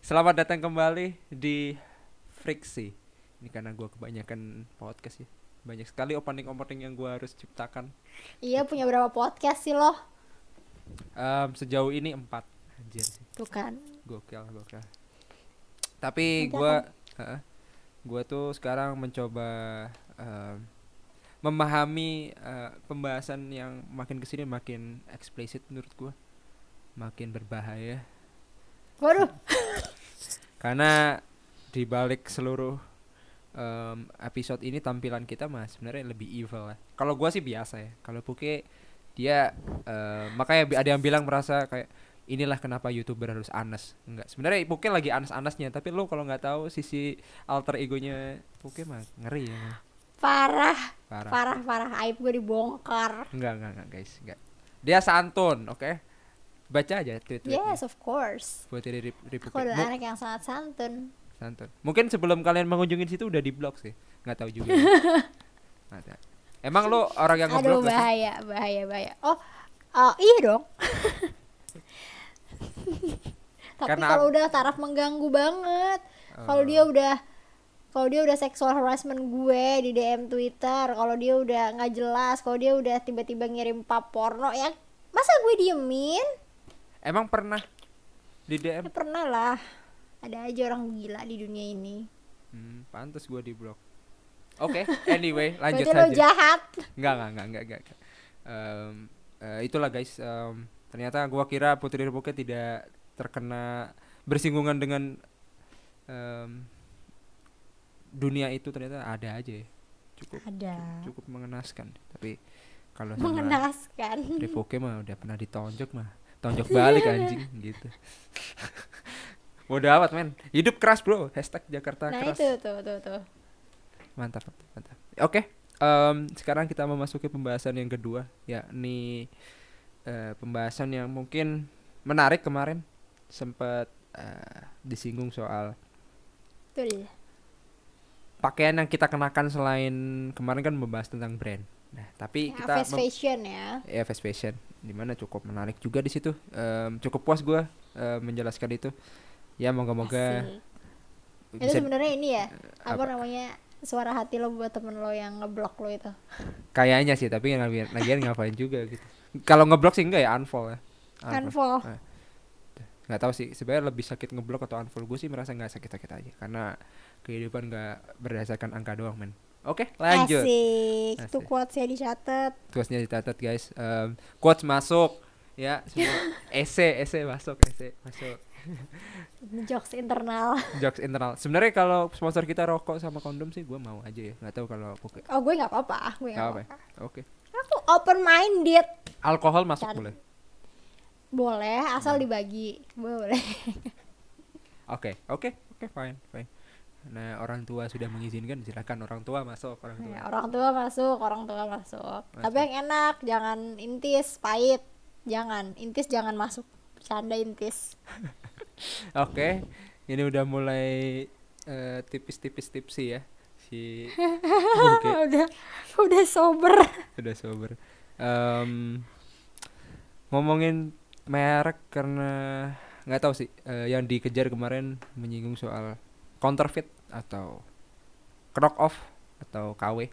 Selamat datang kembali di Friksi. Ini karena gue kebanyakan podcast ya. Banyak sekali opening-opening yang gue harus ciptakan. Iya, punya berapa podcast sih lo? Sejauh ini 4. Anjir sih. Tuh kan. Gokil. Tapi Nanti akan gue tuh sekarang mencoba memahami pembahasan yang makin kesini makin eksplisit menurut gue, makin berbahaya. Waduh. Karena di balik seluruh episode ini tampilan kita mah sebenarnya lebih evil lah. Kalau gua sih biasa ya. Kalau Puke dia makanya ada yang bilang merasa kayak inilah kenapa YouTuber harus anes. Enggak, sebenarnya Puke lagi anes-anesnya, tapi lo kalau nggak tahu sisi alter egonya Puke mah ngeri ya. Parah. Parah. Parah. Aib gue dibongkar. Enggak guys, enggak. Dia santun, oke? Baca aja tweet-tweetnya. Yes, of course. Buat diri Aku adalah anak yang sangat santun. Santun. Mungkin sebelum kalian mengunjungi situ udah diblok sih. Nggak tahu juga. Ada. Emang lo orang yang Aduh, ngeblok gak sih? bahaya. Iya dong. Tapi Karena kalau udah taraf mengganggu banget. Kalau dia udah sexual harassment gue di DM Twitter, kalau dia udah nggak jelas, kalau dia udah tiba-tiba ngirim pap porno, ya masa gue diemin? emang pernah di DM? Ya pernah lah. Ada aja orang gila di dunia ini. Pantes gue diblok. Oke, anyway, lanjut Berarti lo saja. jahat. Enggak. Itulah guys. Ternyata gue kira Putri Republik tidak terkena bersinggungan dengan dunia itu, ternyata ada aja ya. Cukup mengenaskan. Tapi kalau sama Mengenaskan. Republik mah udah pernah ditonjok mah. Tonjok balik anjing gitu. Bodoh amat men. Hidup keras bro. #Jakarta Nah keras. itu tuh. Mantap. Oke. Sekarang kita memasuki pembahasan yang kedua, yakni pembahasan yang mungkin menarik. Kemarin sempat disinggung soal Betul. pakaian yang kita kenakan. Selain kemarin kan membahas tentang brand. Nah, tapi Ya, kita fast fashion ya. fast fashion, dimana cukup menarik juga di situ. Cukup puas gue menjelaskan itu. Ya moga-moga Asik. Itu bisa. sebenarnya ini ya. Apa Apa? namanya? Suara hati lo buat temen lo yang ngeblok lo itu. Kayaknya sih, tapi lagian ngapain juga gitu. Kalau ngeblok sih enggak ya, unfollow ya. Unfollow. Nah, nggak tahu sih sebenarnya lebih sakit ngeblok atau unfollow. Gue sih merasa nggak sakit-sakit aja, karena kehidupan nggak berdasarkan angka doang men. Oke, lanjut. Asik. Itu quotes-nya dicatat. Tugasnya dicatat guys. Quotes masuk ya semua. Ese masuk. Jokes internal. Jokes internal. Sebenarnya kalau sponsor kita rokok sama kondom sih gue mau aja ya. Nggak tahu kalau Poke. Oh, gue nggak apa-apa. Nggak apa ya? Oke. Aku open minded. Alkohol masuk Kan. boleh. Boleh, asal dibagi. Boleh. Oke, fine. Nah, orang tua sudah mengizinkan, silakan orang tua masuk, orang tua. Ya, orang tua masuk. Tapi yang enak, jangan intis, pahit. Jangan masuk. Bercanda intis. Oke, ini udah mulai tipis-tipis tipsi ya si Buke. udah sober. Udah sober. Ngomongin merek karena nggak tahu sih, yang dikejar kemarin menyinggung soal counterfeit atau knock off atau KW.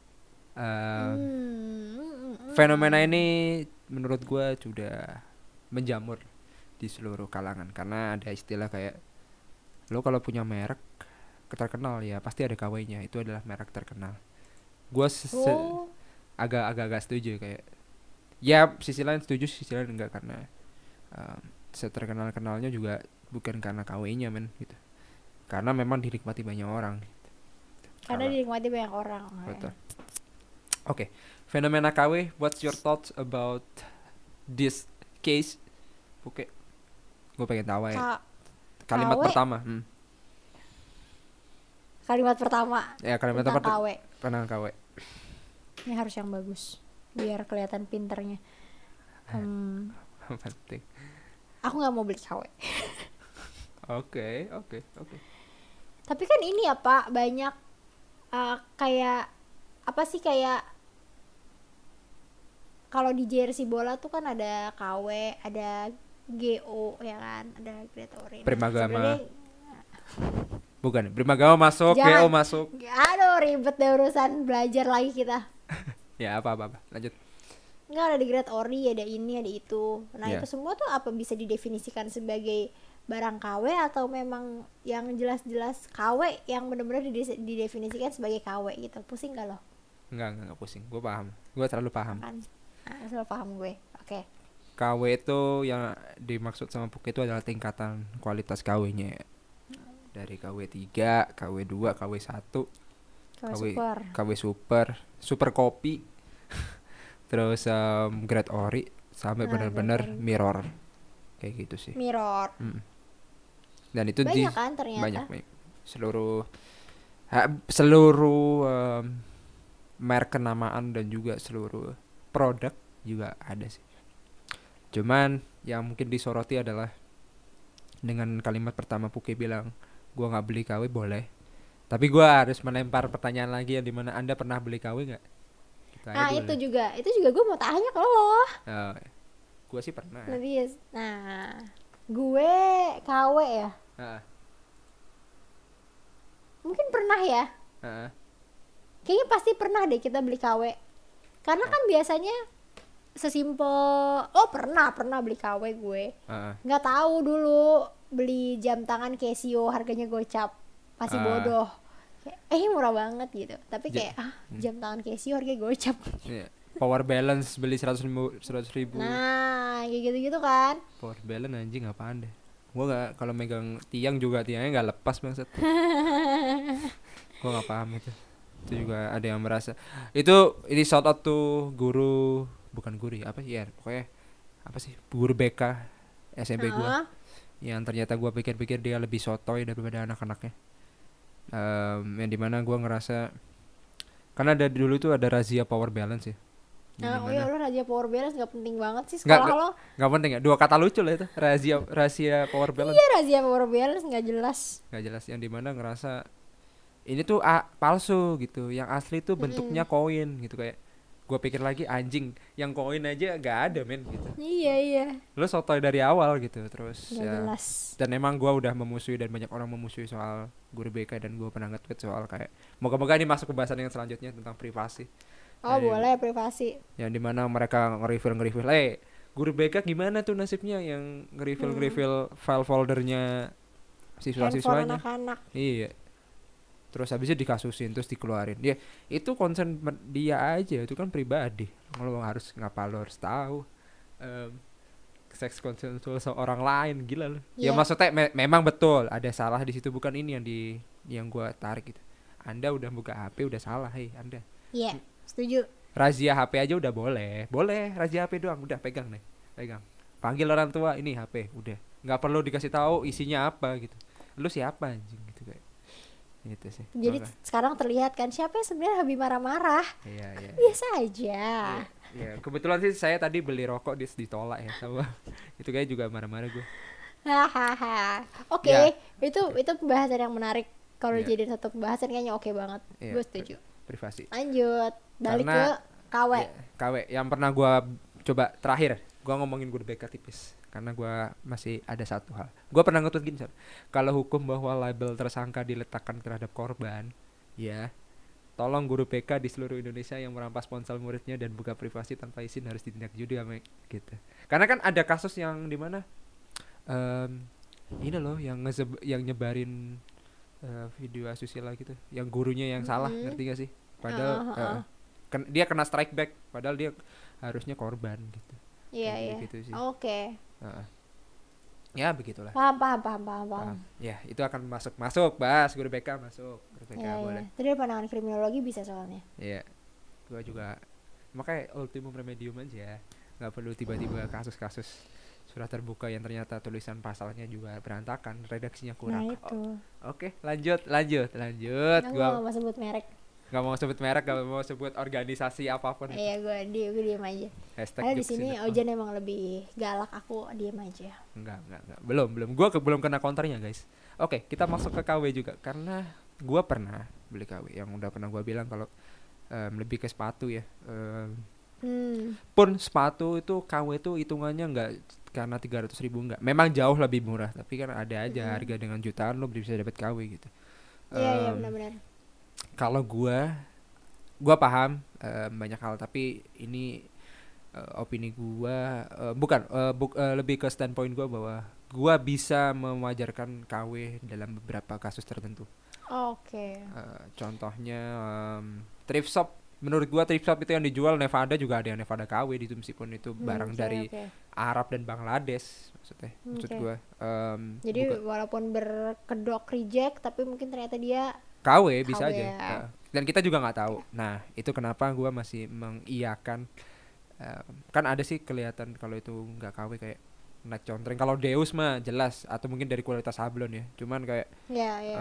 Fenomena ini menurut gue sudah menjamur di seluruh kalangan, karena ada istilah kayak lo kalau punya merek terkenal ya pasti ada KW-nya, itu adalah merek terkenal. Gue agak setuju, kayak ya sisi lain setuju, sisi lain enggak, karena seterkenal-kenalnya juga bukan karena KW-nya men gitu, karena memang dinikmati banyak orang. Karena dinikmati banyak orang. Betul. Oke, fenomena KW, what's your thoughts about this case? Oke, gue pengen tahu ya. Kalimat KW? pertama. Kalimat pertama. Ya, kalimat tentang pertama. KW. Tentang KW. Ini harus yang bagus biar kelihatan pinternya. Penting. Aku nggak mau beli KW. Oke. Tapi kan ini ya Pak, banyak kayak apa sih, kayak kalau di jersey bola tuh kan ada KW, ada GO ya kan, ada Great Orient. Primagama. Sebenarnya Bukan, Primagama masuk, Jangan. GO masuk. Aduh ribet deh urusan belajar lagi kita. Ya apa. Lanjut. Nggak ada di grade ori, ada ini, ada itu. Nah Ya. itu semua tuh apa bisa didefinisikan sebagai barang KW atau memang yang jelas-jelas KW yang benar-benar didefinisikan sebagai KW gitu. Pusing gak lo? Enggak pusing. Gue paham. Gue terlalu paham. Kan? Nah, selalu paham gue. Oke. KW itu yang dimaksud sama Puke itu adalah tingkatan kualitas KW-nya ya. Dari KW 3, KW 2, KW 1, KW super. KW super, super kopi, terus grade ori sampai Nah, benar-benar grade ori. mirror. Kayak gitu sih. Mirror. Dan itu Banyak kan ternyata. banyak. Seluruh merek kenamaan dan juga seluruh produk juga ada sih. Cuman yang mungkin disoroti adalah dengan kalimat pertama Puke bilang gua nggak beli KW boleh, tapi gua harus melempar pertanyaan lagi yang dimana Anda pernah beli KW nggak? Gitu aja Nah dulu. itu juga gue mau tanya ke lo. Gua sih pernah. Lebih. Nah gue KW ya. Heeh. Mungkin pernah ya. Heeh. Kayaknya pasti pernah deh kita beli KW. Karena kan biasanya sesimpel pernah beli KW gue. Heeh. Nggak tahu dulu beli jam tangan Casio harganya gocap. Masih bodoh. Kayak, murah banget gitu. Tapi kayak jam tangan Casio harganya gocap. Iya. Power balance beli 100.000. Nah, kayak gitu-gitu kan. Power balance anjing apaan deh. Gua nggak, kalau megang tiang juga tiangnya nggak lepas bangsat. Gua nggak paham itu. Itu juga ada yang merasa ini shout out tuh bukan guru ya, apa sih ya, pokoknya apa sih, guru BK SMP gua yang ternyata gua pikir-pikir dia lebih sotoy daripada anak-anaknya. Yang dimana gua ngerasa karena dulu tuh ada razia power balance ya. Nah, lo razia power balance nggak penting banget sih Nggak, sekolah lo. nggak penting ya, 2 kata lucu lah itu, rahasia power balance. Iya, razia power balance nggak jelas. Nggak jelas, yang dimana ngerasa ini tuh palsu gitu, yang asli tuh bentuknya koin gitu. Kayak gue pikir lagi, anjing, yang koin aja nggak ada men gitu. Iya Lo sotoy dari awal gitu. Terus nggak ya, jelas. dan emang gue udah memusuhi dan banyak orang memusuhi soal guru BK, dan gue pernah nge-tweet soal kayak moga-moga ini masuk ke bahasan yang selanjutnya tentang privasi. Boleh privasi. Yang dimana mereka nge-reveal guru BK gimana tuh nasibnya yang nge-reveal file foldernya siswa-siswanya. Handphone anak-anak. Iya. Terus habisnya dikasusin, terus dikeluarin. Dia itu konsen dia aja, itu kan pribadi. Lo harus tahu seks konsensual seorang lain, gila lo. Ya maksudnya memang betul ada salah di situ, bukan ini yang gua tarik gitu. Anda udah buka HP udah salah, Anda. Iya, setuju. Razia HP aja udah boleh razia HP doang, udah pegang. Panggil orang tua, ini HP, udah. Nggak perlu dikasih tahu isinya apa gitu. Lu siapa anjing gitu kayak. Gitu sih. Jadi sekarang terlihat kan siapa yang sebenarnya hobi marah-marah. Iya. Biasa aja. Iya, kebetulan sih saya tadi beli rokok ditolak ya sama. Itu kayak juga marah-marah gue. Hahaha. Oke, itu pembahasan yang menarik. Kalau jadi satu pembahasan kayaknya oke banget. Gue setuju. Privasi. Lanjut. Balik ke KW. Ya, KW yang pernah gue coba terakhir, gue ngomongin guru BK tipis. Karena gue masih ada satu hal. Gue pernah ngetweet gini, kalau hukum bahwa label tersangka diletakkan terhadap korban, ya, tolong guru BK di seluruh Indonesia yang merampas ponsel muridnya dan buka privasi tanpa izin harus ditindak judi gitu. Karena kan ada kasus yang dimana ini loh yang nyebarin video asusila gitu, yang gurunya yang salah, ngerti gak sih? Padahal dia kena strike back, padahal dia harusnya korban gitu. Iya. Gitu sih. Oke. Ya begitulah. Paham. Ya itu akan masuk bahas guru BK masuk. Guru BK boleh. Tadi pandangan kriminologi bisa soalnya. Iya. Gua juga makanya ultimum remedium aja. Nggak perlu tiba-tiba kasus-kasus surat terbuka yang ternyata tulisan pasalnya juga berantakan, redaksinya kurang. Nah itu. Oke, lanjut. Gua mau sebut merek. Gak mau sebut merek, gak mau sebut organisasi apapun. Iya, gue diem aja. Karena di sini Ojan emang lebih galak, aku diem aja. Enggak. Belum. Gue belum kena counternya, guys. Oke, kita masuk ke KW juga karena gue pernah beli KW yang udah pernah gue bilang kalau lebih ke sepatu ya. Pun sepatu itu KW itu hitungannya enggak karena 300.000 enggak. Memang jauh lebih murah, tapi kan ada aja harga dengan jutaan lo bisa dapat KW gitu. Iya, iya, benar-benar. Kalau gua paham banyak hal, tapi ini opini gua, lebih ke standpoint gua bahwa gua bisa mewajarkan KW dalam beberapa kasus tertentu. Oke. Contohnya thrift shop. Menurut gua thrift shop itu yang dijual Nevada juga ada yang Nevada KW di itu, meskipun itu barang Oke, dari oke. Arab dan Bangladesh maksudnya. Maksud Oke. gua Jadi walaupun berkedok reject tapi mungkin ternyata dia KW bisa KW aja. ya. Dan kita juga nggak tahu. Nah, itu kenapa gua masih mengiyakan. Kan ada sih kelihatan kalau itu nggak KW kayak net contreng. Kalau Deus mah jelas, atau mungkin dari kualitas sablon ya. Cuman kayak Iya, iya.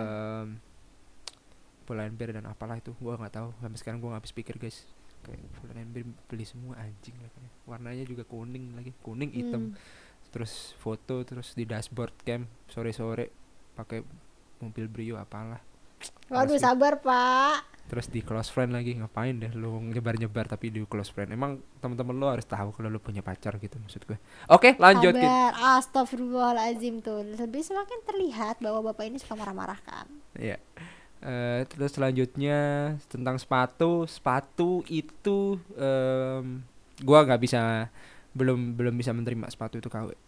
Pull&Bear dan apalah itu gua nggak tahu. Sampai sekarang gua nggak habis pikir guys. Kayak Pull&Bear beli semua anjing lah kayak. Warnanya juga kuning lagi, kuning hitam. Terus foto terus di dashboard cam sore-sore pakai mobil Brio apalah. Waduh, Males gitu. sabar, Pak. Terus di close friend lagi, ngapain deh lu nyebar-nyebar tapi di close friend. Emang teman-teman lu harus tahu kalau lu punya pacar gitu maksud gue. Oke, lanjut gitu. Sabar. Astagfirullahalazim tuh. Lebih semakin terlihat bahwa Bapak ini suka marah-marah kan. Iya. Terus selanjutnya tentang sepatu. Sepatu itu gua nggak bisa, belum bisa menerima sepatu itu KW.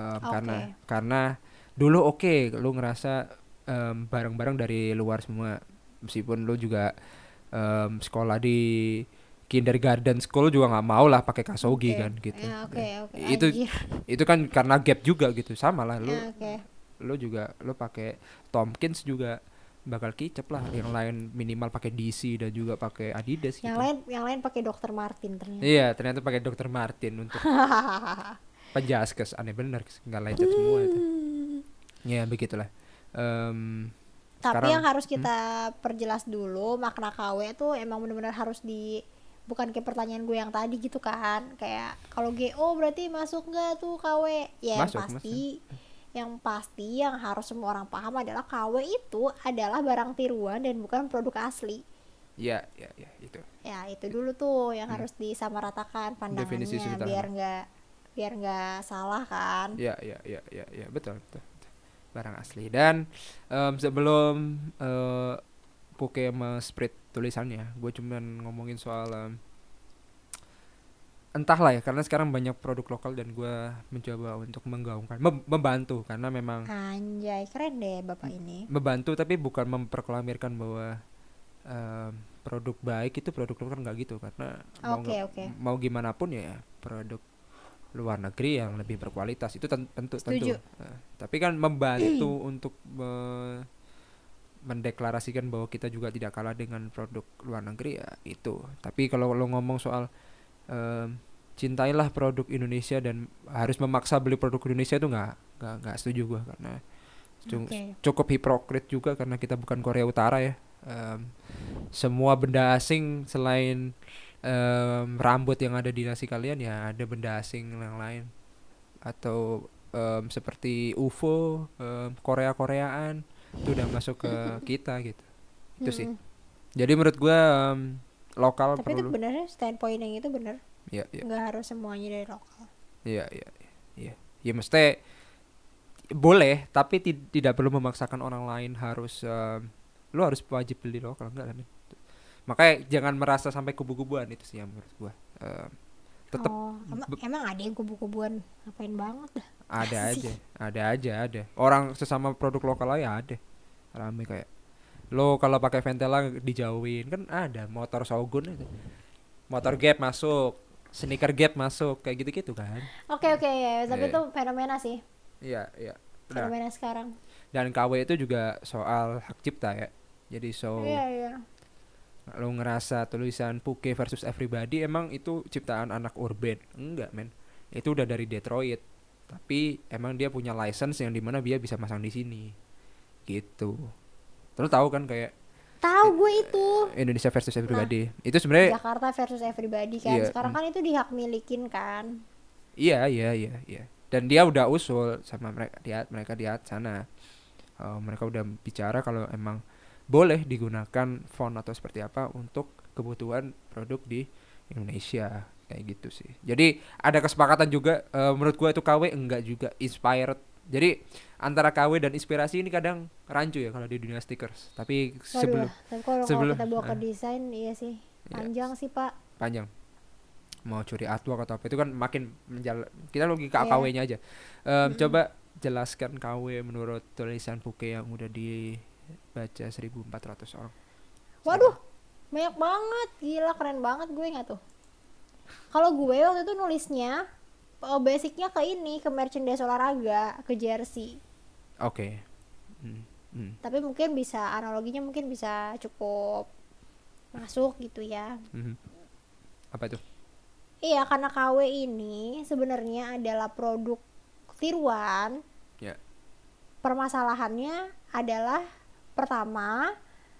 Karena dulu oke, lu ngerasa barang-barang dari luar semua, meskipun lu juga sekolah di kindergarten school juga nggak mau lah pakai Kasogi Oke. kan gitu. Ya, oke, oke. Itu Anjir. itu kan karena gap juga gitu, sama lah lu. Ya, oke. Lu juga lu pakai Tomkins juga bakal kicep lah. Yang lain minimal pakai DC dan juga pakai Adidas gitu. Yang lain pakai Dr. Martin ternyata. Iya, ternyata pakai Dr. Martin untuk penjaskes. Aneh bener, nggak lecet semua itu. Ya begitulah. Tapi Sekarang yang harus kita perjelas dulu, makna KW tuh emang benar-benar harus bukan kayak pertanyaan gue yang tadi gitu kan. Kayak kalau GO berarti masuk nggak tuh KW? Ya Masuk, yang pasti yang harus semua orang paham adalah KW itu adalah barang tiruan dan bukan produk asli. ya itu. Ya itu dulu tuh yang harus disamaratakan Definisi pandangannya sederhana. biar nggak salah kan. Ya, betul. Barang asli. Dan sebelum Puke spread tulisannya, gue cuman ngomongin soal entahlah ya, karena sekarang banyak produk lokal dan gue mencoba untuk menggaungkan, membantu, karena memang Anjay, keren deh Bapak ini. membantu tapi bukan memproklamirkan bahwa produk baik itu produk lokal, nggak gitu, karena mau gimana pun ya produk luar negeri yang lebih berkualitas itu tentu. Tapi kan membantu untuk mendeklarasikan bahwa kita juga tidak kalah dengan produk luar negeri ya itu. Tapi kalau lo ngomong soal cintailah produk Indonesia dan harus memaksa beli produk Indonesia itu nggak setuju gue, karena cukup hipokrit juga karena kita bukan Korea Utara ya. Semua benda asing selain rambut yang ada di nasi kalian ya ada benda asing yang lain, atau seperti UFO, Korea-Koreaan itu udah masuk ke kita gitu. Itu sih. Jadi menurut gue lokal tapi perlu. itu bener, standpoint yang itu bener. Iya. Nggak harus semuanya dari lokal. Iya. Ya mesti boleh, tapi tidak perlu memaksakan orang lain harus lu harus wajib beli lokal, enggak kan. Makanya jangan merasa sampai kubu-kubuan, itu sih yang menurut gua. Tetap emang ada yang kubu-kubuan, ngapain banget dah. Ada aja. Orang sesama produk lokal aja ada. Rame kayak lo kalau pakai Ventela dijauhin, kan ada motor Shogun itu. Motor Gap masuk, sneaker Gap masuk, kayak gitu-gitu kan. Oke, tapi itu fenomena sih. Iya. Fenomena sekarang. Dan KW itu juga soal hak cipta ya. Jadi Iya. lo ngerasa tulisan Puke versus Everybody emang itu ciptaan anak urban? Enggak men, itu udah dari Detroit, tapi emang dia punya license yang dimana dia bisa masang di sini gitu. Terus tahu kan kayak tahu gue itu Indonesia versus Everybody itu sebenarnya Jakarta versus Everybody kan. Sekarang kan itu dihak milikin kan. Iya. Dan dia udah usul sama mereka di sana. Mereka udah bicara kalau emang boleh digunakan font atau seperti apa untuk kebutuhan produk di Indonesia kayak gitu sih. Jadi ada kesepakatan juga. Menurut gua itu KW enggak juga inspired Jadi antara KW dan inspirasi ini kadang rancu ya kalau di dunia stickers. Tapi Waduh, tapi kalau sebelum kita bawa ke desain, iya sih ya, panjang sih Pak. panjang. Mau curi artwork atau apa itu kan makin kita lagi ke Iya. KW-nya aja. Coba jelaskan KW menurut tulisan Puke yang udah dibaca 1.400 orang. Waduh, banyak banget, gila keren banget gue nggak tuh. Kalau gue waktu itu nulisnya basicnya ke ini, ke merchandise olahraga, ke jersey. Oke. Tapi mungkin bisa analoginya mungkin bisa cukup masuk gitu ya. Apa itu? Iya, karena KW ini sebenarnya adalah produk tiruan. Ya. Permasalahannya adalah pertama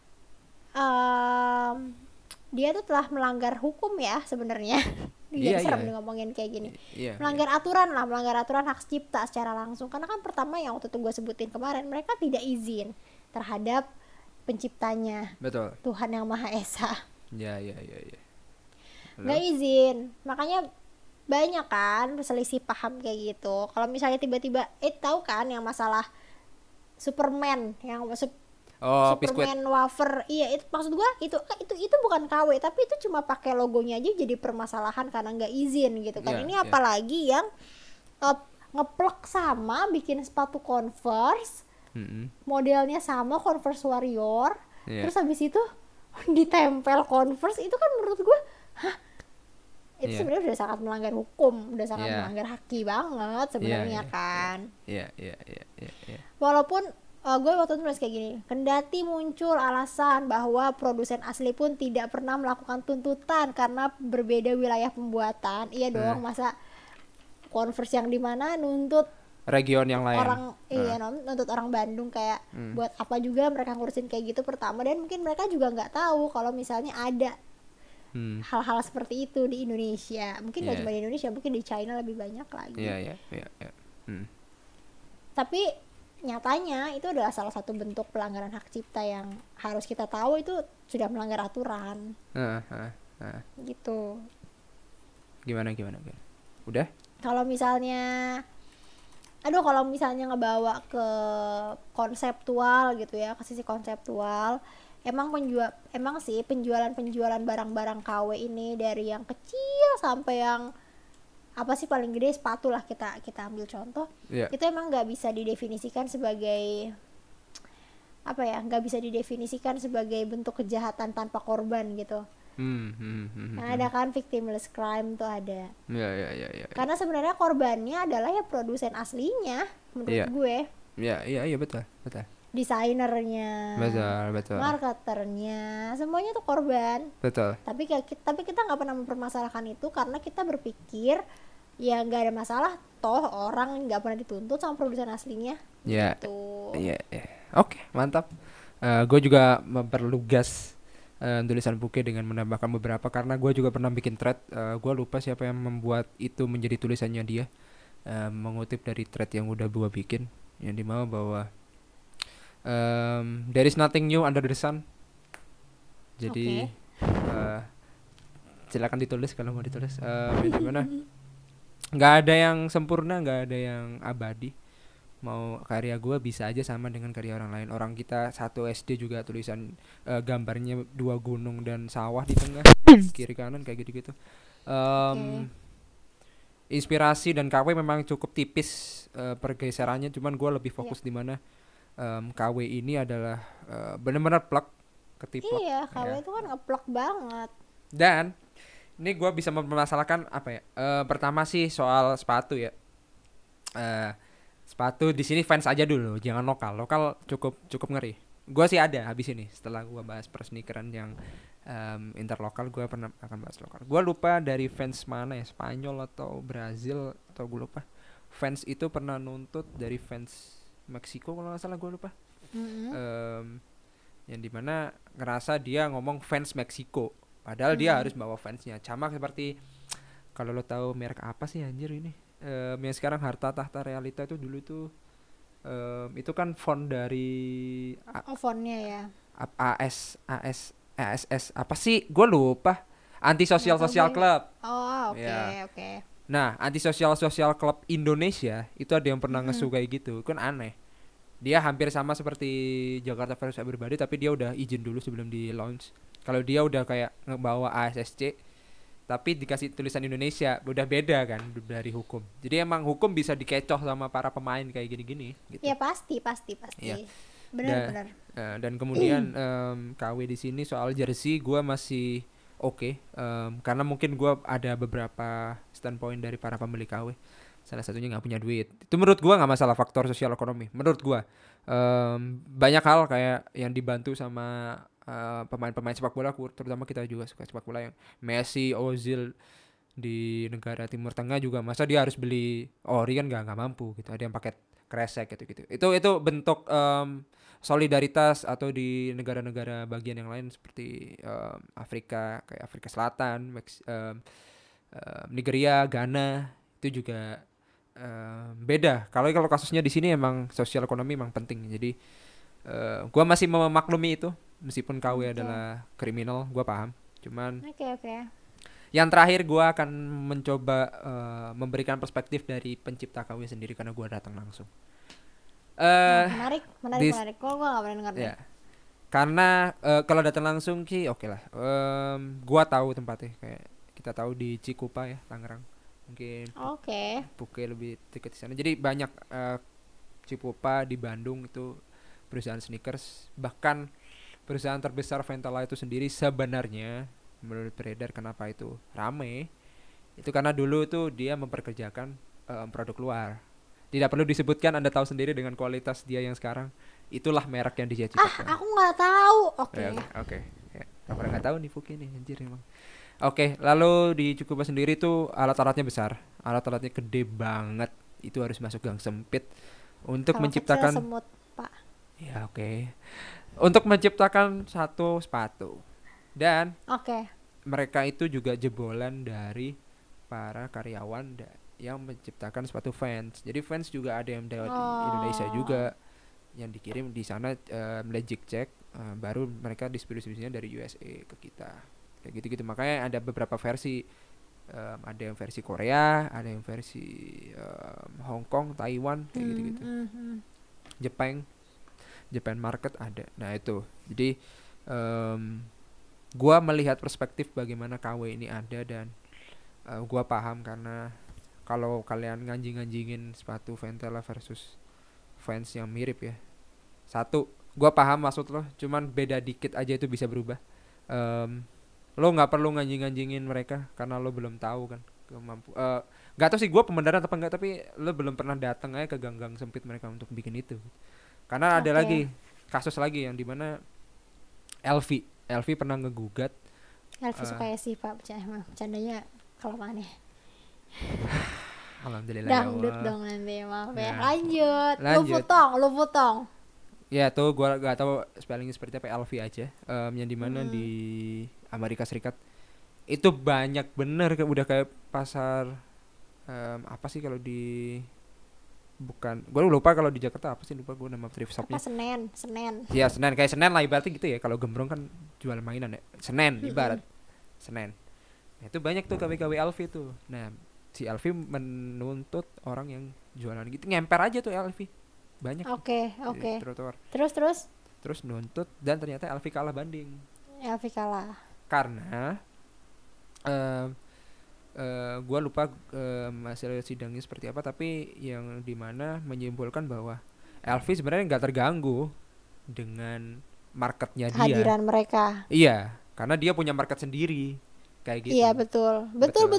dia tuh telah melanggar hukum ya sebenarnya. Jadi serem nih ngomongin kayak gini. Melanggar aturan lah, melanggar aturan hak cipta secara langsung. Karena kan pertama yang waktu itu gue sebutin kemarin, mereka tidak izin terhadap penciptanya. Betul. Tuhan yang Maha Esa. Ya. Nggak izin, makanya banyak kan selisih paham kayak gitu. Kalau misalnya tiba-tiba tahu kan yang masalah Superman yang Superman wafer, iya itu maksud gua itu bukan KW, tapi itu cuma pakai logonya aja jadi permasalahan karena nggak izin gitu kan. Ini apalagi yang ngeplek sama bikin sepatu Converse, modelnya sama Converse Warrior, terus habis itu ditempel Converse, itu kan menurut gua itu sebenarnya udah sangat melanggar hukum, udah sangat melanggar haki banget sebenarnya kan. Iya. Walaupun gue waktu itu nulis kayak gini, kendati muncul alasan bahwa produsen asli pun tidak pernah melakukan tuntutan karena berbeda wilayah pembuatan. Iya dong, masa Converse yang dimana nuntut region yang lain orang nuntut orang Bandung kayak buat apa juga mereka ngurusin kayak gitu pertama, dan mungkin mereka juga nggak tahu kalau misalnya ada hal-hal seperti itu di Indonesia. Mungkin gak cuma di Indonesia, mungkin di China lebih banyak lagi. Tapi nyatanya itu adalah salah satu bentuk pelanggaran hak cipta yang harus kita tahu itu sudah melanggar aturan. Gitu. Gimana? Udah? Kalau misalnya ngebawa ke konseptual gitu ya, ke sisi konseptual, emang sih penjualan barang-barang KW ini dari yang kecil sampai yang apa sih paling gede sepatu lah, kita ambil contoh. Itu emang nggak bisa didefinisikan sebagai apa ya, nggak bisa didefinisikan sebagai bentuk kejahatan tanpa korban gitu. Ada kan victimless crime tuh ada. Karena sebenarnya korbannya adalah ya produsen aslinya menurut gue. Iya betul. Desainernya, betul. Marketernya, semuanya tuh korban. Betul. Tapi kita nggak pernah mempermasalahkan itu karena kita berpikir ya nggak ada masalah, toh orang nggak pernah dituntut sama produsen aslinya. Gitu. Oke, mantap. Gue juga memperlugas tulisan Puke dengan menambahkan beberapa, karena gue juga pernah bikin thread. Gue lupa siapa yang membuat itu menjadi tulisannya dia, mengutip dari thread yang udah gue bikin, yang dimana bahwa there is nothing new under the sun. Jadi silakan ditulis kalau mau ditulis. Gimana? Nggak ada yang sempurna, nggak ada yang abadi. Mau karya gue bisa aja sama dengan karya orang lain. Orang kita satu SD juga tulisan gambarnya 2 gunung dan sawah di tengah, kiri kanan kayak gitu-gitu. Inspirasi dan KW memang cukup tipis pergeserannya, cuman gue lebih fokus di mana KW ini adalah benar-benar plug ketiplok. Iya, KW itu kan ngeplok banget. Dan ini gue bisa mempermasalahkan apa ya? Pertama sih soal sepatu ya. Sepatu di sini fans aja dulu, jangan lokal. Lokal cukup ngeri. Gue sih ada habis ini setelah gue bahas persnikeran yang interlokal, gue akan bahas lokal. Gue lupa dari fans mana ya, Spanyol atau Brazil atau gue lupa. Fans itu pernah nuntut dari fans Meksiko kalau nggak salah, gue lupa. Yang dimana ngerasa dia ngomong fans Meksiko, padahal dia harus bawa fansnya. Sama seperti kalau lo tahu merek apa sih anjir ini, yang sekarang Harta Tahta Realita itu dulu tuh itu kan font dari fontnya ya ASS apa sih, gue lupa. Anti Social Club. Oke. Nah, antisosial sosial club Indonesia itu ada yang pernah ngesu kayak gitu. Kan aneh. Dia hampir sama seperti Jakarta versus Everybody, tapi dia udah izin dulu sebelum di launch. Kalau dia udah kayak ngebawa ASSC, tapi dikasih tulisan Indonesia, udah beda kan dari hukum. Jadi emang hukum bisa dikecoh sama para pemain kayak gini-gini. Gitu. Ya pasti. Iya. Benar. Dan kemudian KW di sini soal jersey gue masih oke, karena mungkin gue ada beberapa standpoint dari para pemilik KW. Salah satunya nggak punya duit. Itu menurut gue nggak masalah faktor sosial ekonomi. Menurut gue banyak hal kayak yang dibantu sama pemain-pemain sepak bola, terutama kita juga suka sepak bola, yang Messi, Ozil di negara Timur Tengah juga masa dia harus beli ori, kan nggak mampu gitu. Ada yang pakai kresek gitu. Itu bentuk solidaritas. Atau di negara-negara bagian yang lain seperti Afrika, kayak Afrika Selatan, Nigeria, Ghana, itu juga beda. Kalau kasusnya di sini emang sosial ekonomi emang penting. Jadi gua masih memaklumi itu, meskipun KW adalah kriminal, gua paham. Cuman Oke. yang terakhir gue akan mencoba memberikan perspektif dari pencipta KW sendiri, karena gue datang langsung. Menarik. Kok gue gak pernah ngerti. Ya. Karena kalau datang langsung sih oke lah. Gue tahu tempatnya, kayak kita tahu di Cikupa ya, Tangerang. Mungkin Puke lebih dekat di sana. Jadi banyak Cikupa di Bandung itu perusahaan sneakers. Bahkan perusahaan terbesar Ventala itu sendiri sebenarnya, menurut beredar kenapa itu rame, itu karena dulu tuh dia memperkerjakan produk luar. Tidak perlu disebutkan, Anda tahu sendiri dengan kualitas dia yang sekarang. Itulah merek yang dia ciptakan. Aku nggak tahu. Oke. Ya, orang nggak tahu nih Fuki nih, anjir emang. Oke, lalu di Cukupa sendiri tuh alat-alatnya besar, alat-alatnya gede banget. Itu harus masuk gang sempit untuk Kalau menciptakan kecil semut, Pak. Ya oke. Untuk menciptakan satu sepatu. Dan mereka itu juga jebolan dari para karyawan yang menciptakan sepatu Vans. Jadi Vans juga ada yang dari Indonesia juga, yang dikirim di sana Magic Check, baru mereka distribusinya dari USA ke kita. Kayak gitu-gitu. Makanya ada beberapa versi, ada yang versi Korea, ada yang versi Hong Kong, Taiwan, kayak gitu-gitu. Japan market ada. Nah itu. Jadi gua melihat perspektif bagaimana KW ini ada, dan gua paham, karena kalau kalian nganjing-nganjingin sepatu Ventela versus Vans yang mirip ya. Satu, gua paham maksud lo, cuman beda dikit aja itu bisa berubah. Lo nggak perlu nganjing-nganjingin mereka karena lo belum tahu kan kemampu. Nggak tahu sih gua pemandaran apa enggak, tapi lo belum pernah datang aja ke gang-gang sempit mereka untuk bikin itu. Karena ada lagi kasus lagi yang dimana LV pernah ngegugat. LV suka ya sih Pak, bercandanya kelamaan ya. Alhamdulillah. Dangdut dong nanti, maaf ya. Lanjut. Lu potong. Ya tuh gua gak tahu spellingnya seperti apa, LV aja. Yang dimana di Amerika Serikat itu banyak bener, udah kayak pasar apa sih kalau di, bukan, gue lupa kalau di Jakarta apa sih, lupa gue nama thrift shopnya. Apa Senen. Iya Senen, kayak Senen lah ibaratnya gitu ya. Kalau Gembrong kan jual mainan ya, Senen ibarat Senen. Nah, itu banyak tuh KW-KW LV tuh. Nah si LV menuntut orang yang jualan gitu, ngemper aja tuh LV banyak. Oke. Terus nuntut, dan ternyata LV kalah banding. LV kalah karena gue lupa hasil sidangnya seperti apa, tapi yang dimana menyimpulkan bahwa LV sebenarnya nggak terganggu dengan marketnya dia, kehadiran mereka. Iya, karena dia punya market sendiri kayak gitu. Iya betul.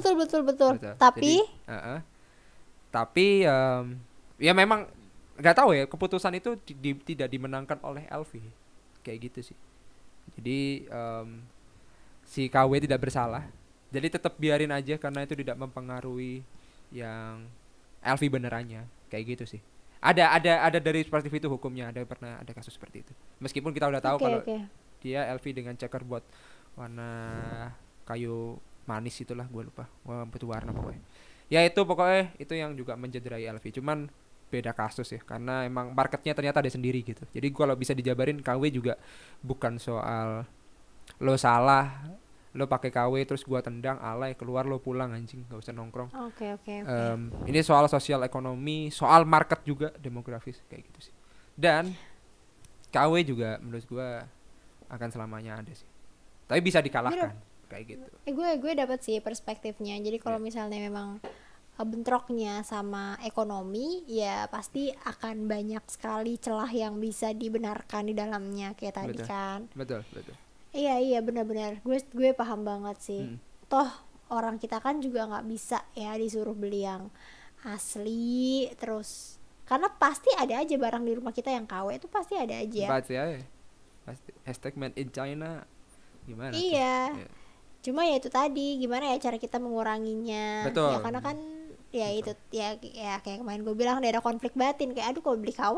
Tapi ya memang nggak tahu ya, keputusan itu tidak dimenangkan oleh LV kayak gitu sih. Jadi si KW tidak bersalah. Jadi tetap biarin aja, karena itu tidak mempengaruhi yang LV benerannya kayak gitu sih. Ada dari perspektif itu hukumnya, pernah ada kasus seperti itu. Meskipun kita udah tahu kalau dia LV dengan checkerboard warna kayu manis itulah, gue lupa itu warna pokoknya. Ya itu pokoknya itu yang juga mencederai LV. Cuman beda kasus ya, karena emang marketnya ternyata ada sendiri gitu. Jadi kalau bisa dijabarin, KW juga bukan soal lo salah Lo pakai KW terus gua tendang, alay, keluar lo pulang anjing, gak usah nongkrong. Oke. Ini soal sosial ekonomi, soal market juga, demografis kayak gitu sih. Dan KW juga menurut gua akan selamanya ada sih, tapi bisa dikalahkan kayak gitu. Gue dapat sih perspektifnya. Jadi kalau Iya. misalnya memang bentroknya sama ekonomi, ya pasti akan banyak sekali celah yang bisa dibenarkan di dalamnya kayak tadi Betul. kan. Betul. Iya benar-benar. Gue paham banget sih. Hmm. Toh orang kita kan juga nggak bisa ya disuruh beli yang asli terus. Karena pasti ada aja barang di rumah kita yang KW itu pasti ada aja. Pasti ya, pasti hashtag made in China gimana tuh? Iya. Iya. Cuma ya itu tadi gimana ya cara kita menguranginya. Betul. Ya karena kan ya Betul. itu ya kayak kemarin gue bilang ada konflik batin kayak aduh kalau beli KW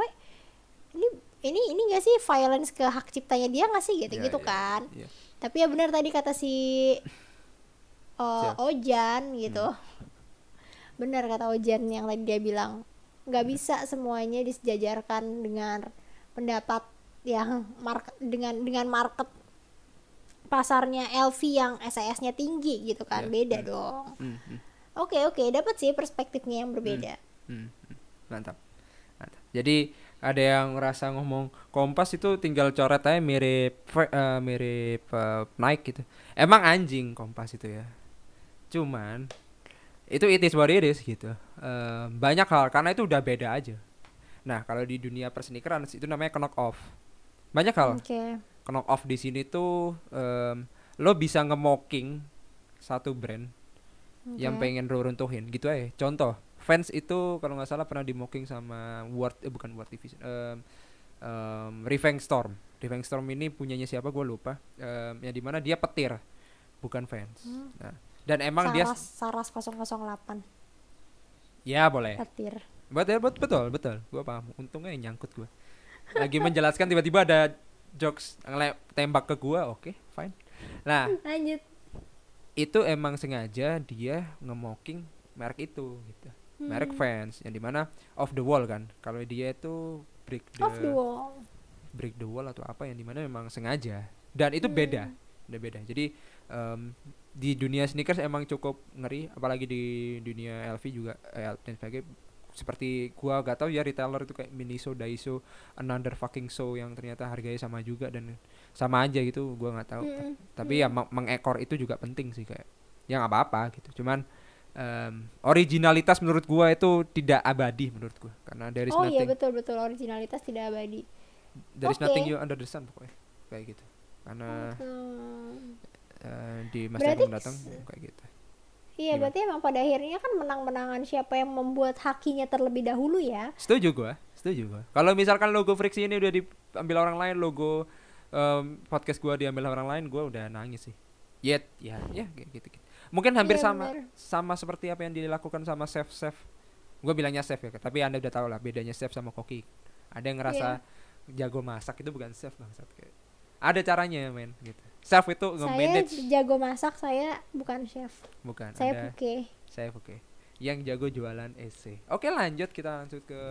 ini nggak sih violence ke hak ciptanya dia nggak sih gitu Iya. kan. Iya. Tapi ya benar tadi kata si Siap. Ojan gitu. Benar kata Ojan yang tadi dia bilang nggak bisa semuanya disejajarkan dengan pendapat yang dengan market pasarnya LV yang SAS-nya tinggi gitu kan. Iya. Beda dong. Oke, dapat sih perspektifnya yang berbeda. Mantap. Jadi ada yang ngerasa ngomong Kompas itu tinggal coret aja mirip Nike gitu. Emang anjing Kompas itu ya. Cuman itu it is what it is gitu. Banyak hal karena itu udah beda aja. Nah kalau di dunia persnikeran itu namanya knock off. Banyak hal. Oke. Knock off di sini tuh lo bisa nge-mocking satu brand yang pengen lo runtuhin gitu aja. Contoh Vans itu kalau nggak salah pernah di mocking sama bukan Word Division, Revenge Storm. Revenge Storm ini punyanya siapa gue lupa. Yang dimana dia petir bukan Vans. Nah, dan emang Saras 008 ya boleh. petir. Betul. Gue paham. Untungnya yang nyangkut gue. Lagi menjelaskan tiba-tiba ada jokes tembak ke gue. Oke, fine. Nah, Lanjut. itu emang sengaja dia nge-mocking merek itu gitu. Merek Vans yang dimana off the wall kan. Kalau dia itu break the wall atau apa yang dimana memang sengaja. Dan itu beda. Jadi di dunia sneakers emang cukup ngeri, apalagi di dunia LV juga dan sebagainya. Seperti gua gak tahu ya retailer itu kayak Miniso, Daiso, Another Fucking Show yang ternyata harganya sama juga dan sama aja gitu, gua nggak tahu. Tapi ya mengekor itu juga penting sih kayak. Ya nggak apa-apa gitu. Cuman originalitas menurut gua itu tidak abadi menurut gua karena there is Oh iya nothing. betul originalitas tidak abadi. There is nothing new under the sun pokoknya kayak gitu. Karena di masa yang mendatang kayak gitu. Iya, berarti emang pada akhirnya kan menang-menangan siapa yang membuat hakinya terlebih dahulu ya. Setuju gua. Kalau misalkan logo Friksi ini udah diambil orang lain, logo podcast gua diambil orang lain, gua udah nangis sih. Ya kayak gitu. Mungkin hampir Iya, sama seperti apa yang dilakukan sama chef. Gua bilangnya chef ya, tapi Anda udah tahu lah bedanya chef sama koki. Ada yang ngerasa jago masak itu bukan chef bangsat kayak. Ada caranya men gitu. Chef itu nge-manage. Saya jago masak, saya bukan chef. Bukan. Saya Oke. Yang jago jualan EC. Oke, lanjut kita ke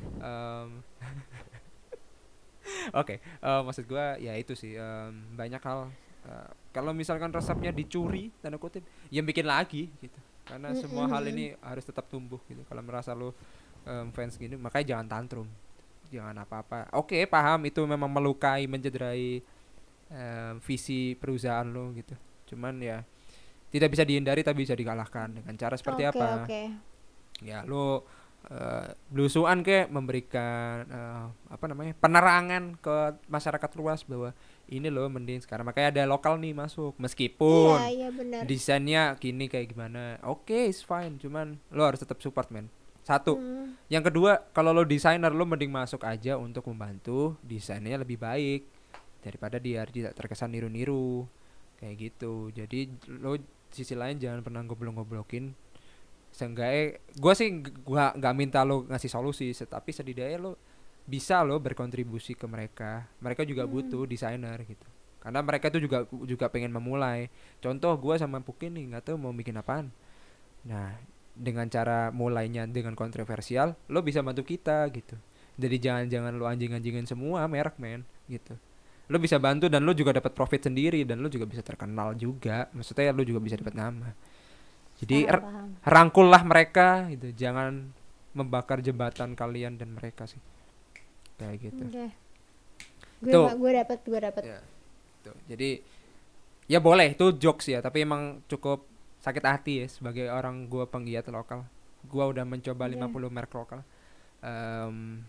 Oke, maksud gua ya itu sih banyak hal kalau misalkan resepnya dicuri tanda kutip, ya bikin lagi gitu. Karena semua hal ini harus tetap tumbuh gitu. Kalau merasa lo fans gini, makanya jangan tantrum. Jangan apa-apa. Oke, paham itu memang melukai, mencederai visi perusahaan lo gitu. Cuman ya tidak bisa dihindari tapi bisa dikalahkan dengan cara seperti apa? Ya lo belusuan kayak memberikan penerangan ke masyarakat luas bahwa ini loh mending sekarang, makanya ada lokal nih masuk meskipun benar. desainnya gini kayak gimana. Oke, it's fine, cuman lo harus tetap support men. Satu. Yang kedua, kalau lo desainer lo mending masuk aja untuk membantu desainnya lebih baik daripada dia tidak terkesan niru-niru kayak gitu. Jadi lo sisi lain jangan pernah goblok-goblokin. Seenggaknya gue sih nggak minta lo ngasih solusi, tapi setidaknya lo bisa lo berkontribusi ke mereka. Mereka juga butuh desainer gitu, karena mereka itu juga pengen memulai. Contoh gue sama Pukin nih nggak tahu mau bikin apaan. Nah dengan cara mulainya dengan kontroversial, lo bisa bantu kita gitu. Jadi jangan lo anjing-anjingin semua merek men gitu. Lu bisa bantu dan lu juga dapat profit sendiri dan lu juga bisa terkenal juga. Maksudnya lu juga bisa dapat nama. Jadi Paham. rangkullah mereka gitu. Jangan membakar jembatan kalian dan mereka sih. Kayak gitu. Oke. Tuh. Gue dapat. Ya, tuh. Jadi ya boleh itu jokes ya, tapi emang cukup sakit hati ya sebagai orang gua penggiat lokal. Gua udah mencoba 50 merek lokal. Em,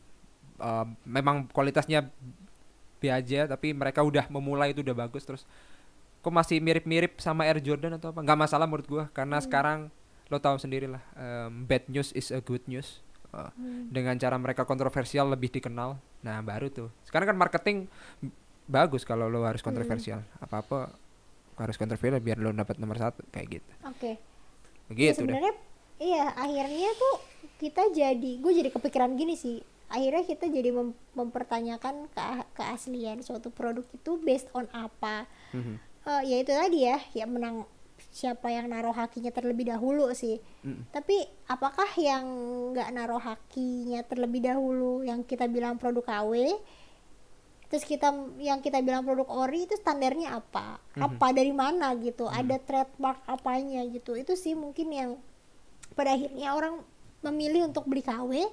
memang kualitasnya aja, tapi mereka udah memulai itu udah bagus. Terus kok masih mirip-mirip sama Air Jordan atau apa, nggak masalah menurut gua karena sekarang lo tahu sendiri lah, bad news is a good news. Dengan cara mereka kontroversial lebih dikenal, nah baru tuh sekarang kan marketing bagus kalau lo harus kontroversial, apa-apa harus kontroversial biar lo dapat nomor 1 kayak gitu. Oke. Begitu Sebenarnya iya, akhirnya tuh gue jadi kepikiran gini sih. Akhirnya kita jadi mempertanyakan keaslian suatu produk itu based on apa. Ya itu tadi ya menang siapa yang naruh hakinya terlebih dahulu sih. Tapi apakah yang nggak naruh hakinya terlebih dahulu, yang kita bilang produk KW, terus yang kita bilang produk ori, itu standarnya apa? Apa dari mana gitu? Ada trademark apanya gitu? Itu sih mungkin yang pada akhirnya orang memilih untuk beli KW.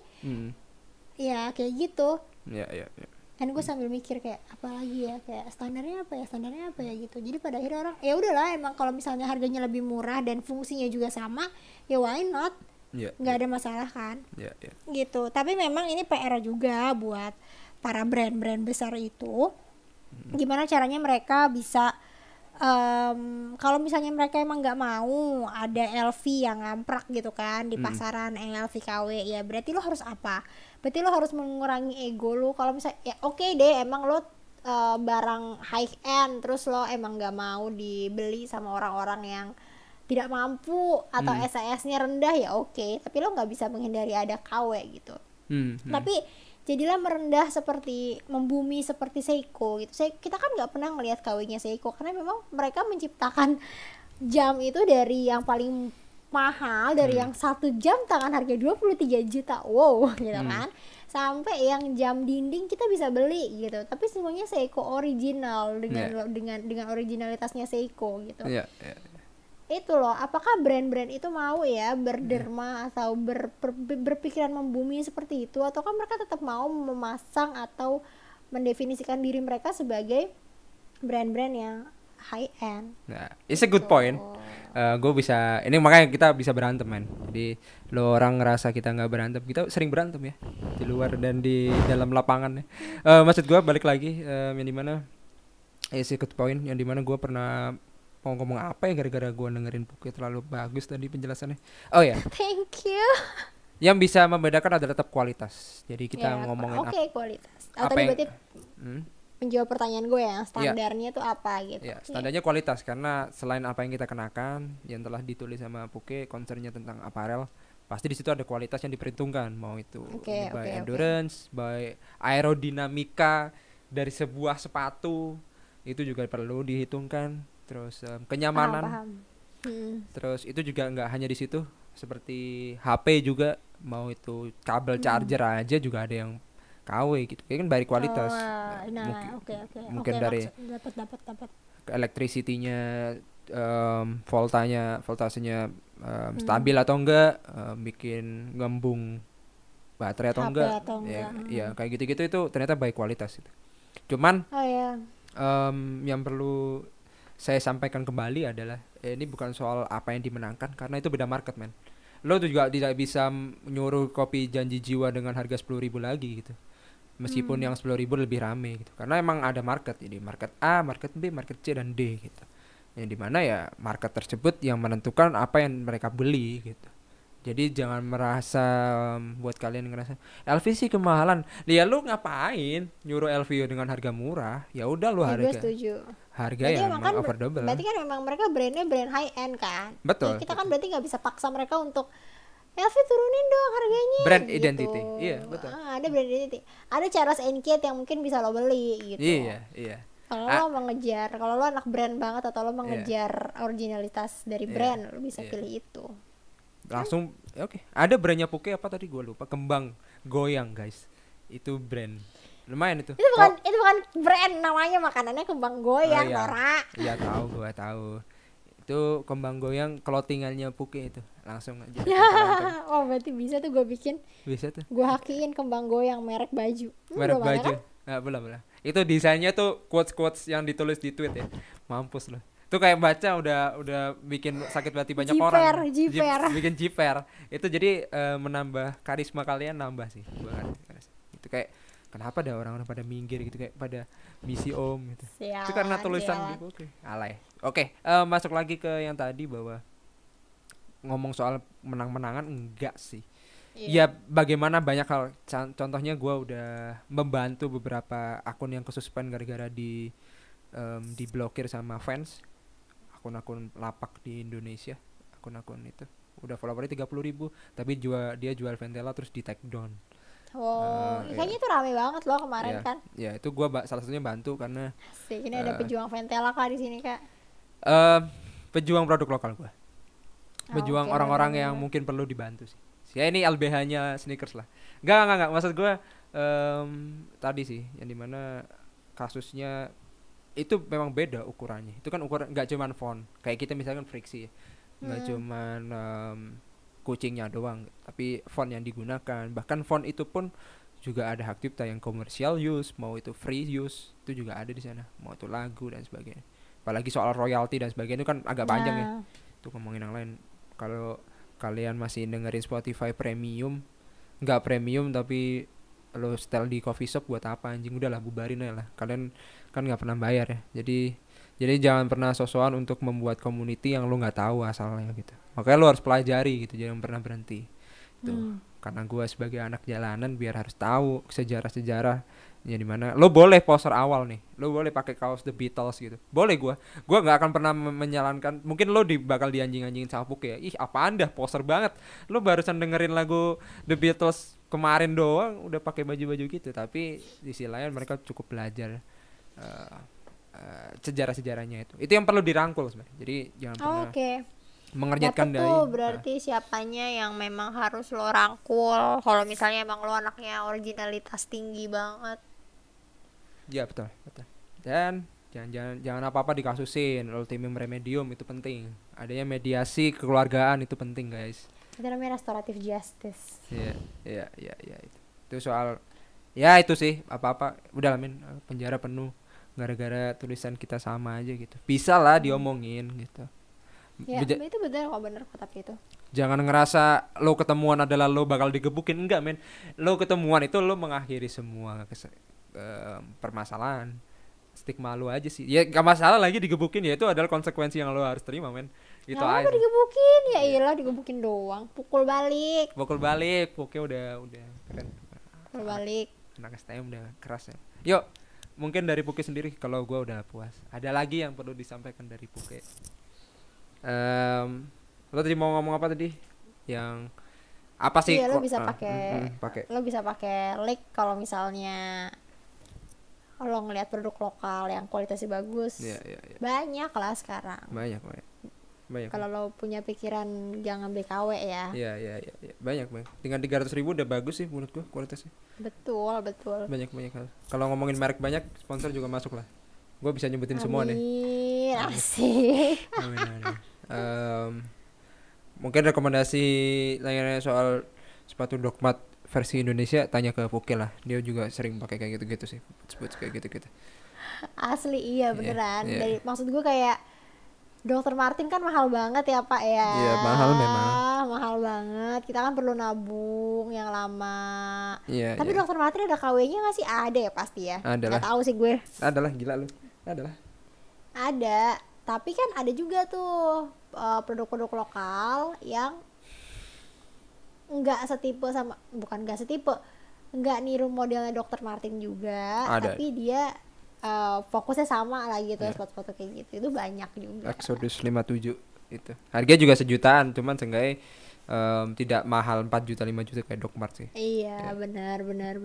Ya kayak gitu. Ya. Kan gue sambil mikir kayak apa lagi ya, kayak standarnya apa ya gitu. Jadi pada akhirnya orang ya udahlah, emang kalau misalnya harganya lebih murah dan fungsinya juga sama, ya why not? Nggak ada masalah kan? Gitu. Tapi memang ini PR juga buat para brand-brand besar itu. Gimana caranya mereka bisa kalau misalnya mereka emang nggak mau ada LV yang ngamprak gitu kan di pasaran, LV KW, ya berarti lo harus apa? Berarti lo harus mengurangi ego lo. Kalau misalnya ya oke deh, emang lo barang high end terus lo emang nggak mau dibeli sama orang-orang yang tidak mampu atau SAS-nya rendah, ya oke. Tapi lo nggak bisa menghindari ada KW gitu. Tapi jadilah merendah seperti membumi seperti Seiko gitu. Kita kan nggak pernah ngelihat KW-nya Seiko karena memang mereka menciptakan jam itu dari yang paling mahal, dari yang 1 jam tangan harga 23 juta, wow gitu kan, sampai yang jam dinding kita bisa beli gitu. Tapi semuanya Seiko original dengan originalitasnya Seiko gitu. Itu loh, apakah brand-brand itu mau ya berderma atau berpikiran membumi seperti itu, ataukah mereka tetap mau memasang atau mendefinisikan diri mereka sebagai brand-brand yang high end? Nah, it's a good point. Gue bisa, ini makanya kita bisa berantem man. Jadi lo orang ngerasa kita nggak berantem, kita sering berantem ya di luar dan di dalam lapangan ya. Maksud gue balik lagi yang dimana it's a good point, yang dimana gue pernah mau ngomong apa ya gara-gara gue dengerin Puke terlalu bagus tadi penjelasannya. Oh ya. Thank you. Yang bisa membedakan adalah tetap kualitas. Jadi kita ngomongin kualitas. Atau berarti menjawab pertanyaan gue ya, standarnya tuh apa gitu. Ya, standarnya kualitas karena selain apa yang kita kenakan yang telah ditulis sama Puke, concernnya tentang aparel, pasti di situ ada kualitas yang diperhitungkan, mau itu by endurance, by aerodinamika dari sebuah sepatu itu juga perlu dihitungkan. Terus kenyamanan, terus itu juga nggak hanya di situ, seperti HP juga, mau itu kabel charger aja juga ada yang KW gitu, kan dari kualitas. Mungkin dari dapat electricity-nya, voltasenya stabil atau enggak, bikin ngembung baterai atau enggak. Ya kayak gitu-gitu itu ternyata by kualitas itu. Cuman yang perlu saya sampaikan kembali adalah ini bukan soal apa yang dimenangkan karena itu beda market man. Lo tuh juga tidak bisa nyuruh kopi Janji Jiwa dengan harga 10.000 lagi gitu. Meskipun yang 10.000 lebih rame gitu. Karena emang ada market, jadi market A, market B, market C dan D gitu. Yang dimana ya market tersebut yang menentukan apa yang mereka beli gitu. Jadi jangan merasa buat kalian ngerasa LV sih kemahalan. Ya lu ngapain nyuruh LV dengan harga murah? Ya udah lu harga. Gue setuju. Harga yang kan affordable. Berarti kan memang mereka brandnya brand high end kan. Betul. Jadi kita kan berarti nggak bisa paksa mereka untuk LV turunin dong harganya. Brand gitu. Identity. Iya, betul. Ada brand identity. Ada Charles & Kate yang mungkin bisa lo beli gitu. Iya. Kalau lo mau ngejar, kalau lo anak brand banget atau lo mau ngejar originalitas dari brand, lo bisa pilih itu. Langsung oke. Ada brandnya Puke apa tadi gue lupa. Kembang goyang guys. Itu brand. lumayan itu. Itu bukan brand, namanya makanannya kembang goyang, iya. Nora. Iya tahu, gua tahu. Itu kembang goyang clothingannya Puke itu. Langsung aja. Oh, berarti bisa tuh gue bikin. Bisa tuh. Gue hakiin kembang goyang merek baju. Merek Belum ada baju. kan? Nah, belum. Itu desainnya tuh quotes yang ditulis di tweet ya. Mampus loh. Itu kayak baca udah bikin sakit hati banyak orang. Bikin jiper. Itu jadi menambah karisma kalian, nambah sih. Itu kayak kenapa ada orang-orang pada minggir gitu, kayak pada misi om gitu. Itu karena tulisan gitu. Oke. Alay. Oke, masuk lagi ke yang tadi bahwa ngomong soal menang-menangan, enggak sih. Ya bagaimana banyak hal. Contohnya gue udah membantu beberapa akun yang kesuspend gara-gara diblokir sama fans. Akun-akun lapak di Indonesia, akun-akun itu udah followernya 30.000, tapi dia jual Ventela terus di take down. Kayaknya itu rame banget loh kemarin kan. Ya itu gue salah satunya bantu karena ini ada pejuang Ventela kak di sini kak. Pejuang produk lokal gue. Pejuang orang-orang yang mungkin perlu dibantu sih. Ya ini LBH-nya sneakers lah. Enggak. Maksud gue tadi sih yang dimana kasusnya itu memang beda ukurannya. Itu kan ukuran nggak cuman font. Kayak kita misalkan friksi, nggak cuman kucingnya doang, tapi font yang digunakan. Bahkan font itu pun juga ada hak cipta yang commercial use, mau itu free use, itu juga ada di sana. Mau itu lagu dan sebagainya. Apalagi soal royalti dan sebagainya itu kan agak panjang ya. Itu ngomongin yang lain. Kalau kalian masih dengerin Spotify premium, nggak premium tapi lo setel di coffee shop buat apa anjing, udahlah bubarin aja lah. Kalian kan nggak pernah bayar ya. Jadi jangan pernah sosokan untuk membuat community yang lo nggak tahu asalnya gitu. Makanya lo harus pelajari gitu, jangan pernah berhenti. Tuh. Karena gue sebagai anak jalanan biar harus tahu sejarah-sejarah ya dimana lo boleh poster awal nih, lo boleh pakai kaos The Beatles gitu, boleh. Gue nggak akan pernah menyalankan. Mungkin lo bakal dianjing-anjingin capuk ya, ih apaan dah poster banget, lo barusan dengerin lagu The Beatles kemarin doang udah pakai baju-baju gitu. Tapi di sisi lain mereka cukup belajar sejarah-sejarahnya itu yang perlu dirangkul sebenarnya. Jadi jangan pernah mengernyitkan dari berarti siapanya yang memang harus lo rangkul kalau misalnya emang lo anaknya originalitas tinggi banget. Ya betul. Dan jangan apa-apa dikasusin. Ultimum remedium itu penting. Adanya mediasi kekeluargaan itu penting guys. Itu namanya restoratif justice. Iya itu soal ya itu sih apa-apa udah lah penjara penuh gara-gara tulisan kita sama aja gitu. Bisa lah diomongin gitu. Ya itu benar kok tapi itu. Jangan ngerasa lo ketemuan adalah lo bakal digebukin. Enggak men. Lo ketemuan itu lo mengakhiri semua permasalahan. Stigma lo aja sih. Ya gak masalah lagi digebukin, ya itu adalah konsekuensi yang lo harus terima men. Gitu aja. Apa digebukin? Ya iyalah digebukin doang. Pukul balik. Pokoknya udah keren. Pukul balik. Anak STM udah keras ya. Yuk, mungkin dari Puke sendiri kalau gue udah puas. Ada lagi yang perlu disampaikan dari Puke? Lo tadi mau ngomong apa tadi? Yang apa sih? Iya, lo bisa lo bisa pakai link kalau misalnya lo ngelihat produk lokal yang kualitasnya bagus. Iya. Banyak lah sekarang. Banyak. Kalau lo punya pikiran jangan beli KW ya. Iya. Banyak. Dengan 300.000 udah bagus sih menurut gue kualitasnya. Betul. Banyak hal. Kalau ngomongin merek banyak, sponsor juga masuk lah. Gue bisa nyebutin semua nih. Asik. Amin. Mungkin rekomendasi tanya soal sepatu Dogmat versi Indonesia tanya ke Puke lah. Dia juga sering pakai kayak gitu-gitu sih. Sebut kayak gitu-gitu. Asli iya beneran. Dari maksud gue kayak Dr. Martin kan mahal banget ya Pak ya. Iya mahal memang. Mahal banget. Kita kan perlu nabung yang lama. Iya. Tapi Dr. Martin ada KW-nya nggak sih? Ada ya pasti ya. Adalah. Nggak tahu sih gue. Adalah gila lu. Adalah. Ada. Tapi kan ada juga tuh produk-produk lokal yang nggak niru modelnya Dr. Martin juga. Ada. Tapi dia fokusnya sama lah gitu. Sepatu-sepatu kayak gitu itu banyak juga. Exodus 57 itu harganya juga sejutaan, cuman seenggaknya tidak mahal 4 juta 5 juta kayak Dogmart sih. Iya benar.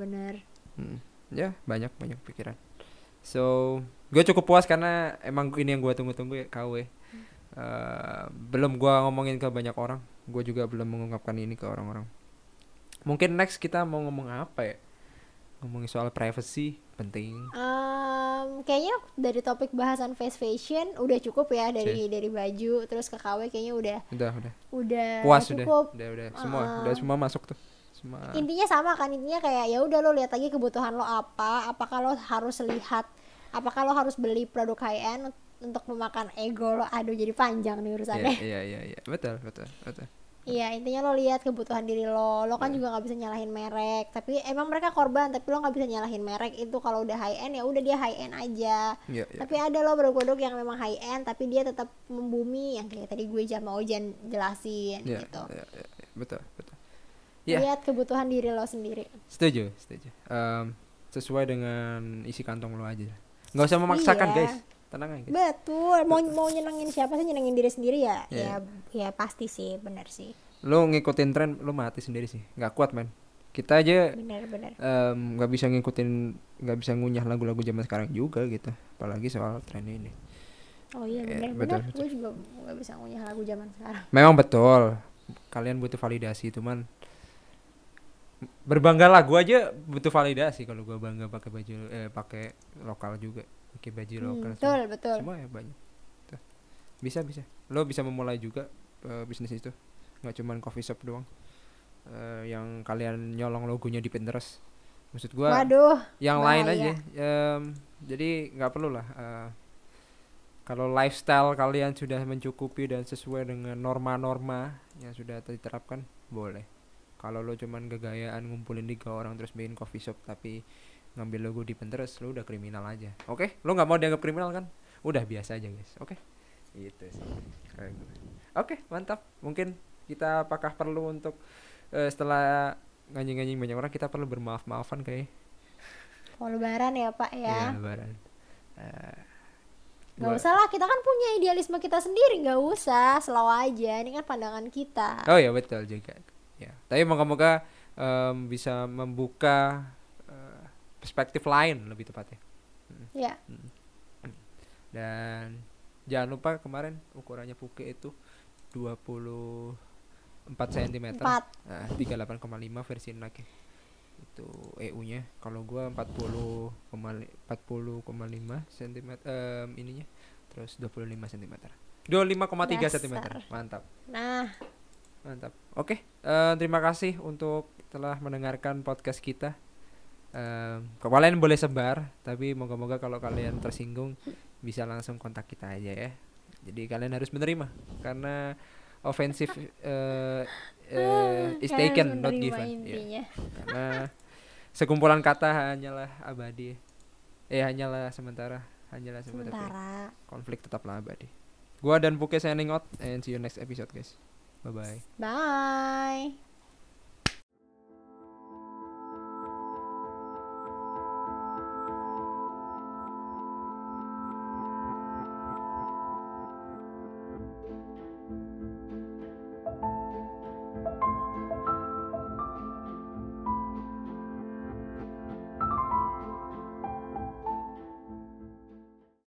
Ya banyak pikiran. So gue cukup puas karena emang ini yang gue tunggu-tunggu ya KW. Belum gue ngomongin ke banyak orang. Gue juga belum mengungkapkan ini ke orang-orang. Mungkin next kita mau ngomong apa ya? ngomongin soal privacy penting. Kayaknya dari topik bahasan fast fashion udah cukup ya, dari baju terus ke KW kayaknya udah Puas cukup. udah semua masuk tuh. Semua. Intinya sama kan, intinya kayak ya udah lo lihat lagi kebutuhan lo apa, apakah lo harus lihat, apakah lo harus beli produk high end untuk memakan ego lo. Aduh jadi panjang nih urusannya. Iya betul. Iya, intinya lo lihat kebutuhan diri lo kan juga nggak bisa nyalahin merek, tapi emang mereka korban, tapi lo nggak bisa nyalahin merek itu. Kalau udah high end ya udah dia high end aja. Tapi ada lo produk-produk yang memang high end tapi dia tetap membumi, yang kayak tadi gue sama Ojan jelasin gitu. Betul. Lihat kebutuhan diri lo sendiri. Setuju. Sesuai dengan isi kantong lo aja, nggak usah memaksakan guys. Tenang aja. Betul, mau nyenengin siapa sih, nyenengin diri sendiri ya. Ya pasti sih, benar sih. Lo ngikutin tren, lo mati sendiri sih, nggak kuat men. Kita aja benar. Nggak bisa nggak bisa ngunyah lagu-lagu zaman sekarang juga gitu, apalagi soal tren ini. Oh iya benar. Gue juga nggak bisa ngunyah lagu zaman sekarang. Memang betul, kalian butuh validasi, cuman berbanggalah, gue aja butuh validasi. Kalau gue bangga pakai baju pakai lokal juga, pakai baju lokal. Betul. Semua ya banyak. Tuh. Bisa. Lo bisa memulai juga bisnis itu. Nggak cuman coffee shop doang. Yang kalian nyolong logonya di Pinterest. Maksud gue yang lain aja. Jadi nggak perlu lah. Kalau lifestyle kalian sudah mencukupi dan sesuai dengan norma-norma yang sudah diterapkan, boleh. Kalau lo cuman gagayaan ngumpulin 3 orang terus bikin coffee shop tapi ngambil logo di Pinterest, lo udah kriminal aja. Oke? Lo nggak mau dianggap kriminal kan? Udah biasa aja guys. Oke? Gitu sih. Oke, mantap. Mungkin kita apakah perlu untuk setelah nganjing-nganjing banyak orang, kita perlu bermaaf-maafan kayak. Mau lebaran ya Pak ya? Iya lebaran. Gak usah lah, kita kan punya idealisme kita sendiri, gak usah, slow aja. Ini kan pandangan kita. Oh ya betul juga. Ya, tapi moga-moga bisa membuka perspektif lain lebih tepatnya. Ya. Dan jangan lupa kemarin ukurannya Puke itu 24 cm. 38,5 versi Nike. Itu EU-nya. Kalau gua 40,5 cm ininya. Terus 25 cm. 25,3 cm. Mantap. Mantap. Oke, terima kasih untuk telah mendengarkan podcast kita. Kalian boleh sebar, tapi moga-moga kalau kalian tersinggung bisa langsung kontak kita aja ya. Jadi kalian harus menerima karena offensive is taken not given. Ya. Karena sekumpulan kata hanyalah abadi. Hanyalah sementara. Konflik tetaplah abadi. Gua dan Puke signing out and see you next episode guys. Bye-bye. Bye.